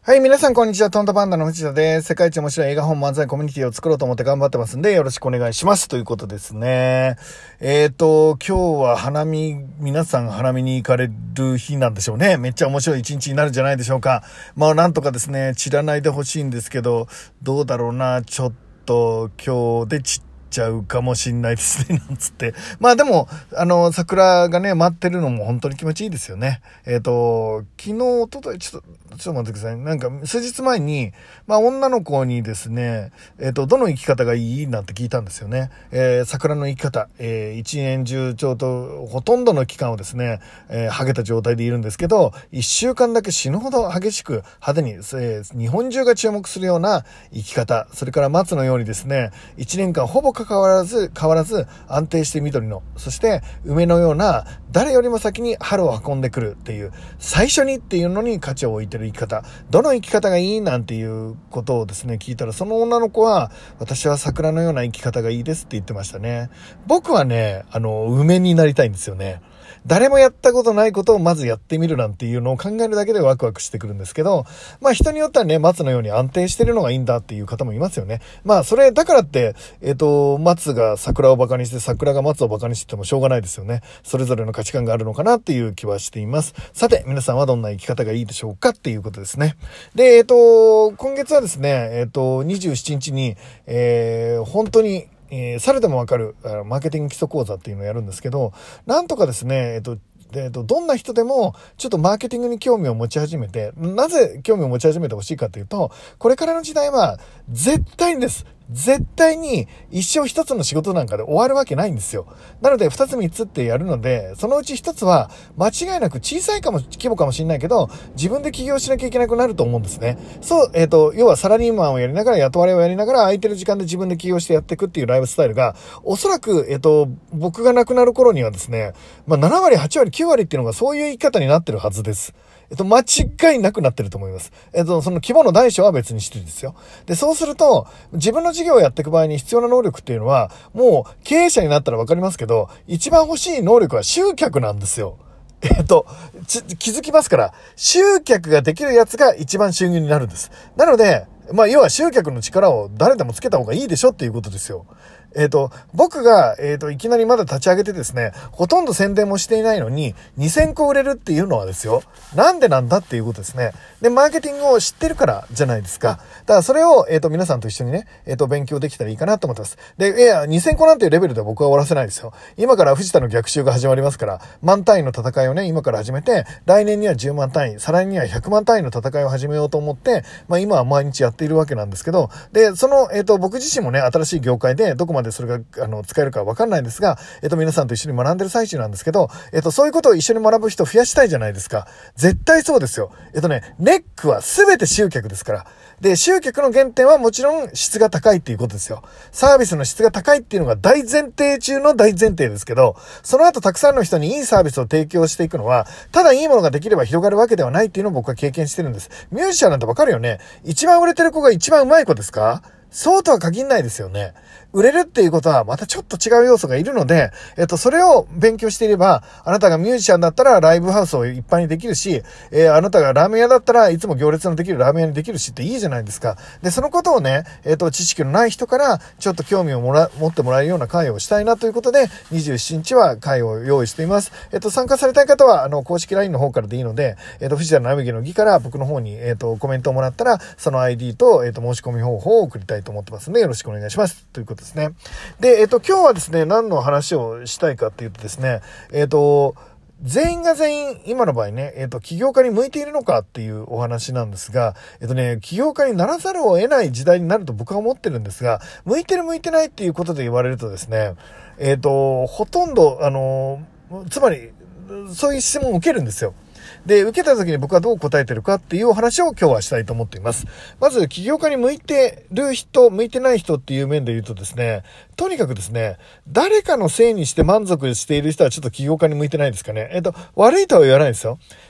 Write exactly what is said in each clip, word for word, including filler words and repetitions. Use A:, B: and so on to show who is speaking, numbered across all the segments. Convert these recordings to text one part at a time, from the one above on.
A: はい、皆さんこんにちは。トントパンダの藤田です。世界一面白い映画本漫才コミュニティを作ろうと思って頑張ってますんで、よろしくお願いします。ということですね。えーと、今日は花見、皆さん花見に行かれる日なんでしょうね。めっちゃ面白い一日になるんじゃないでしょうか。まあなんとかですね、散らないでほしいんですけど、どうだろうな、ちょっと今日で散っちゃうかもしんないですね、なんつって。まあでも、あの、桜がね、待ってるのも本当に気持ちいいですよね。えっと、昨日、おととい、ちょっと、ちょっと待ってください。なんか、数日前に、まあ女の子にですね、えっと、どの生き方がいいなんて聞いたんですよね。えー、桜の生き方、えー、一年中ちょうど、ほとんどの期間をですね、えー、ハゲた状態でいるんですけど、一週間だけ死ぬほど激しく派手に、えー、日本中が注目するような生き方、それから松のようにですね、一年間ほぼ変わらず、変わらず安定して緑の、そして梅のような誰よりも先に春を運んでくるっていう、最初にっていうのに価値を置いてる生き方、どの生き方がいいなんていうことをですね、聞いたら、その女の子は、私は桜のような生き方がいいですって言ってましたね。僕はね、あの、梅になりたいんですよね。誰もやったことないことをまずやってみるなんていうのを考えるだけでワクワクしてくるんですけど、まあ人によってはね、松のように安定してるのがいいんだっていう方もいますよね。まあそれだからって、えっと、松が桜をバカにして桜が松をバカにしててもしょうがないですよね。それぞれの価値観があるのかなっていう気はしています。さて、皆さんはどんな生き方がいいでしょうかっていうことですね。で、えっと、今月はですね、えっと、にじゅうしちにちに、えー、本当に、えー、されてもわかるマーケティング基礎講座っていうのをやるんですけど、なんとかですね、えっと、えっと、どんな人でもちょっとマーケティングに興味を持ち始めて、なぜ興味を持ち始めてほしいかというと、これからの時代は絶対にです。絶対に一生一つの仕事なんかで終わるわけないんですよ。なので二つ三つってやるので、そのうち一つは間違いなく小さいかも、規模かもしれないけど、自分で起業しなきゃいけなくなると思うんですね。そう、えっと、要はサラリーマンをやりながら雇われをやりながら空いてる時間で自分で起業してやっていくっていうライフスタイルが、おそらく、えっと、僕が亡くなる頃にはですね、まあななわり、はちわり、きゅうわりっていうのがそういう生き方になってるはずです。えっと、間違いなくなってると思います。えっと、その規模の大小は別にしてですよ。で、そうすると、自分の事業をやっていく場合に必要な能力っていうのは、もう経営者になったらわかりますけど、一番欲しい能力は集客なんですよ。えっと、気づきますから、集客ができるやつが一番収入になるんです。なので、まあ、要は集客の力を誰でもつけた方がいいでしょっていうことですよ。えっと、僕が、えっと、いきなりまだ立ち上げてですね、ほとんど宣伝もしていないのに、にせんこ売れるっていうのはですよ、なんでなんだっていうことですね。で、マーケティングを知ってるからじゃないですか。だからそれを、えっと、皆さんと一緒にね、えっと、勉強できたらいいかなと思ってます。で、いや、にせんこなんていうレベルで僕は終わらせないですよ。今から藤田の逆襲が始まりますから、万単位の戦いをね、今から始めて、来年にはじゅうまん単位、再来年にはひゃくまん単位の戦いを始めようと思って、まあ今は毎日やっているわけなんですけど、で、その、えっと、僕自身もね、新しい業界でどこまででそれがあの使えるかわかんないんですが、えっと皆さんと一緒に学んでる最中なんですけど、えっとそういうことを一緒に学ぶ人を増やしたいじゃないですか。絶対そうですよ。えっとね、ネックは全て集客ですから。で、集客の原点はもちろん質が高いっていうことですよ。サービスの質が高いっていうのが大前提中の大前提ですけど、その後たくさんの人にいいサービスを提供していくのは、ただいいものができれば広がるわけではないっていうのを僕は経験してるんです。ミュージシャンなんてわかるよね。一番売れてる子が一番上手い子ですか？そうとは限らないですよね。売れるっていうことはまたちょっと違う要素がいるので、えっと、それを勉強していれば、あなたがミュージシャンだったらライブハウスをいっぱいにできるし、えー、あなたがラーメン屋だったらいつも行列のできるラーメン屋にできるしっていいじゃないですか。で、そのことをね、えっと、知識のない人からちょっと興味をもら、持ってもらえるような会をしたいなということで、にじゅうしちにちは会を用意しています。えっと、参加されたい方は、あの、公式 ライン の方からでいいので、えっと、藤田のナビゲの儀から僕の方に、えっと、コメントをもらったら、その アイディー と、えっと、申し込み方法を送りたいと思ってますので、よろしくお願いします。ということですね。で、えっと、今日はですね、何の話をしたいかっていうとですね、えっと、全員が全員、今の場合ね、えっと、起業家に向いているのかっていうお話なんですが、えっとね、起業家にならざるを得ない時代になると僕は思ってるんですが、向いてる向いてないっていうことで言われるとですね、えっと、ほとんど、あの、つまり、そういう質問を受けるんですよ。で、受けた時に僕はどう答えてるかっていうお話を今日はしたいと思っています。まず、起業家に向いてる人、向いてない人っていう面で言うとですね、とにかくですね、誰かのせいにして満足している人はちょっと起業家に向いてないですかね。えっと、悪いとは言わないですよ。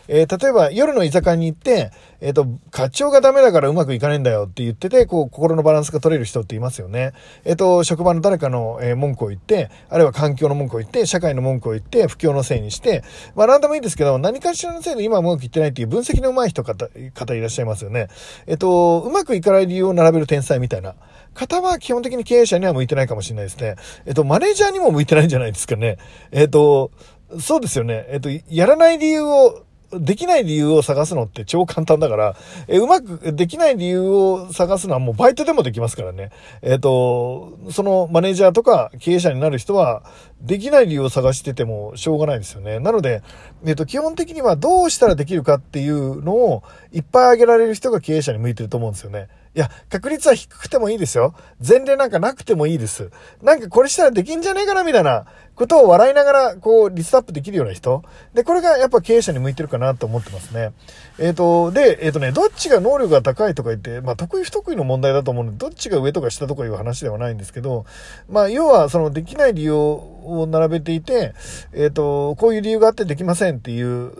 A: えー、例えば夜の居酒屋に行って、えっと、課長がダメだからうまくいかないんだよって言ってて、こう、心のバランスが取れる人っていますよね。えっと、職場の誰かの、えー、文句を言って、あるいは環境の文句を言って、社会の文句を言って、不況のせいにして、まあなんでもいいですけど、何かしらのせいで今はうまくいってないっていう分析の上手い人方、方いらっしゃいますよね。えっと、うまくいかない理由を並べる天才みたいな方は基本的に経営者には向いてないかもしれないですね。えっと、マネージャーにも向いてないんじゃないですかね。えっと、そうですよね。えっと、やらない理由を、できない理由を探すのって超簡単だから、え、うまくできない理由を探すのはもうバイトでもできますからね。えっと、そのマネージャーとか経営者になる人は、できない理由を探しててもしょうがないですよね。なので、えっと、基本的にはどうしたらできるかっていうのをいっぱい挙げられる人が経営者に向いてると思うんですよね。いや、確率は低くてもいいですよ。前例なんかなくてもいいです。なんかこれしたらできんじゃねえかなみたいなことを笑いながらこうリストアップできるような人。で、これがやっぱ経営者に向いてるかなと思ってますね。えっと、で、えっとね、どっちが能力が高いとか言って、まあ得意不得意の問題だと思うので、どっちが上とか下とかいう話ではないんですけど、まあ要はそのできない理由を並べていて、えっと、こういう理由があってできませんっていう、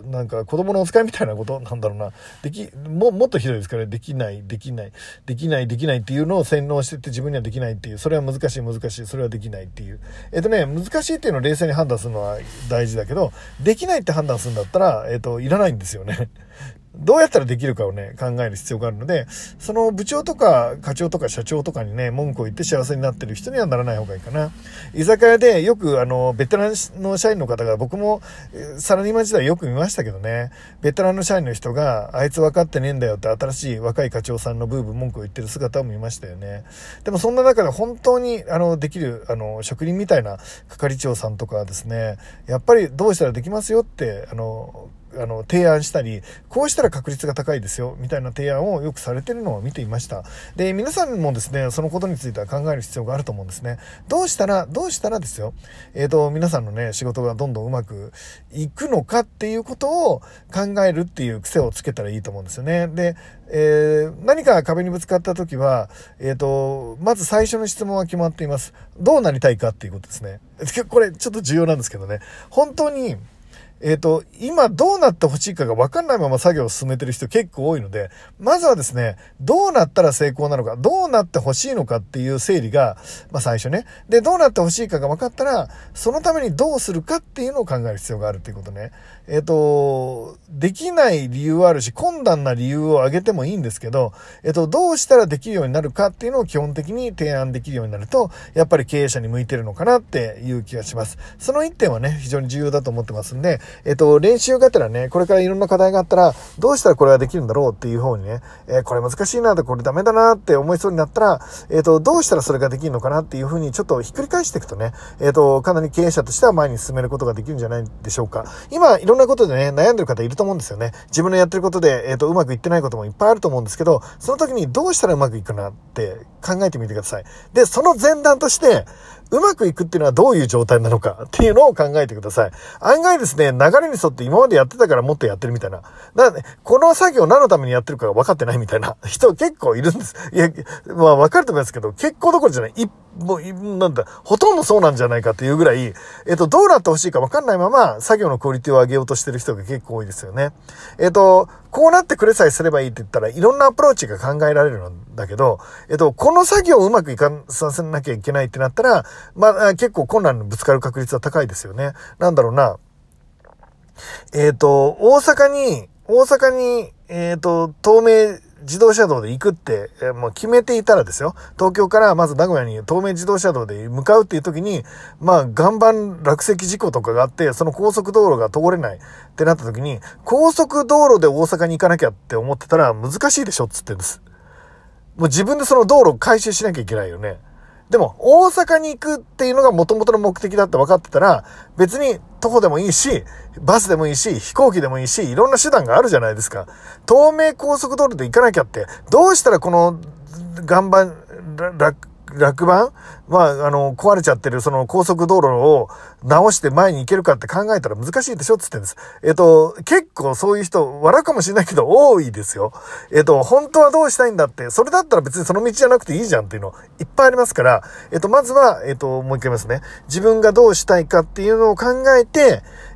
A: なんか子供のお使いみたいなことなんだろうな。でき、も、もっとひどいですからね。できない、できない。できない、できないっていうのを洗脳してって自分にはできないっていう、それは難しい、難しい、それはできないっていう。えっとね、難しいっていうのを冷静に判断するのは大事だけど、できないって判断するんだったら、えっと、いらないんですよね。どうやったらできるかをね、考える必要があるので、その部長とか課長とか社長とかにね、文句を言って幸せになってる人にはならない方がいいかな。居酒屋でよくあの、ベテランの社員の方が、僕もサラリーマン時代よく見ましたけどね、ベテランの社員の人が、あいつ分かってねえんだよって新しい若い課長さんのブーブー文句を言ってる姿を見ましたよね。でもそんな中で本当にあの、できる、あの、職人みたいな係長さんとかはですね、やっぱりどうしたらできますよって、あの、あの、提案したり、こうしたら確率が高いですよ、みたいな提案をよくされてるのを見ていました。で、皆さんもですね、そのことについては考える必要があると思うんですね。どうしたら、どうしたらですよ、えっと、皆さんのね、仕事がどんどんうまくいくのかっていうことを考えるっていう癖をつけたらいいと思うんですよね。で、えー、何か壁にぶつかったときは、えっと、まず最初の質問は決まっています。どうなりたいかっていうことですね。これちょっと重要なんですけどね。本当に、えっと、今どうなってほしいかが分かんないまま作業を進めてる人結構多いので、まずはですね、どうなったら成功なのか、どうなってほしいのかっていう整理が、まあ最初ね。で、どうなってほしいかが分かったら、そのためにどうするかっていうのを考える必要があるっていうことね。えっと、できない理由はあるし、困難な理由を挙げてもいいんですけど、えっと、どうしたらできるようになるかっていうのを基本的に提案できるようになると、やっぱり経営者に向いてるのかなっていう気がします。その一点はね、非常に重要だと思ってますんで、えっと、練習がてらね、これからいろんな課題があったら、どうしたらこれができるんだろうっていう方にね、えー、これ難しいなと、これダメだなって思いそうになったら、えっと、どうしたらそれができるのかなっていう風にちょっとひっくり返していくとね、えっと、かなり経営者としては前に進めることができるんじゃないでしょうか。今、いろんなことでね、悩んでる方いると思うんですよね。自分のやってることで、えっと、うまくいってないこともいっぱいあると思うんですけど、その時にどうしたらうまくいくかなって考えてみてください。で、その前段として、うまくいくっていうのはどういう状態なのかっていうのを考えてください。案外ですね、流れに沿って今までやってたからもっとやってるみたいな。なので、この作業何のためにやってるかが分かってないみたいな人結構いるんです。いや、まあ分かると思いますけど、結構どころじゃない。一もう、なんだ、ほとんどそうなんじゃないかっていうぐらい、えっと、どうなってほしいか分かんないまま、作業のクオリティを上げようとしてる人が結構多いですよね。えっと、こうなってくれさえすればいいって言ったらいろんなアプローチが考えられるんだけど、えっと、この作業をうまくいかさせなきゃいけないってなったら、まあ、結構困難にぶつかる確率は高いですよね。なんだろうな。えっと、大阪に、大阪に、えっと、東名自動車道で行くって、えー、もう決めていたらですよ。東京からまず名古屋に東名自動車道で向かうっていう時に、まあ、岩盤落石事故とかがあって、その高速道路が通れないってなった時に、高速道路で大阪に行かなきゃって思ってたら難しいでしょっつってんです。もう自分でその道路を回収しなきゃいけないよね。でも、大阪に行くっていうのが元々の目的だって分かってたら、別に徒歩でもいいし、バスでもいいし、飛行機でもいいし、いろんな手段があるじゃないですか。東名高速道路で行かなきゃって、どうしたらこの岩盤、落、落盤まあ、あの、壊れちゃってるその高速道路を直して前に行けるかって考えたら難しいでしょって言ってるんです。えっと、結構そういう人、笑うかもしれないけど多いですよ。えっと、本当はどうしたいんだって、それだったら別にその道じゃなくていいじゃんっていうのいっぱいありますから、えっと、まずは、えっと、もう一回言いますね。自分がどうしたいかっていうのを考えて、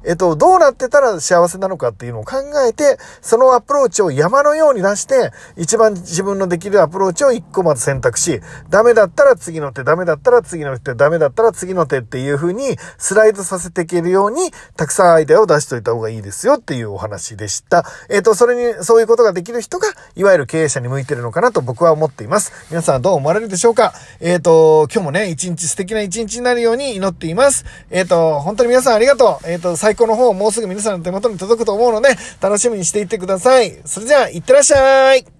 A: えっと、どうなってたら幸せなのかっていうのを考えて、そのアプローチを山のように出して、一番自分のできるアプローチを一個まず選択し、ダメだったら次の手、ダメだったら次の手、ダメだったら次の手っていう風にスライドさせていけるように、たくさんアイデアを出しといた方がいいですよっていうお話でした。えっと、それに、そういうことができる人が、いわゆる経営者に向いてるのかなと僕は思っています。皆さんはどう思われるでしょうか？えっと、今日もね、一日素敵な一日になるように祈っています。えっと、本当に皆さんありがとう。えっと、最高の方もうすぐ皆さんの手元に届くと思うので、楽しみにしていってください。それじゃあ、いってらっしゃい。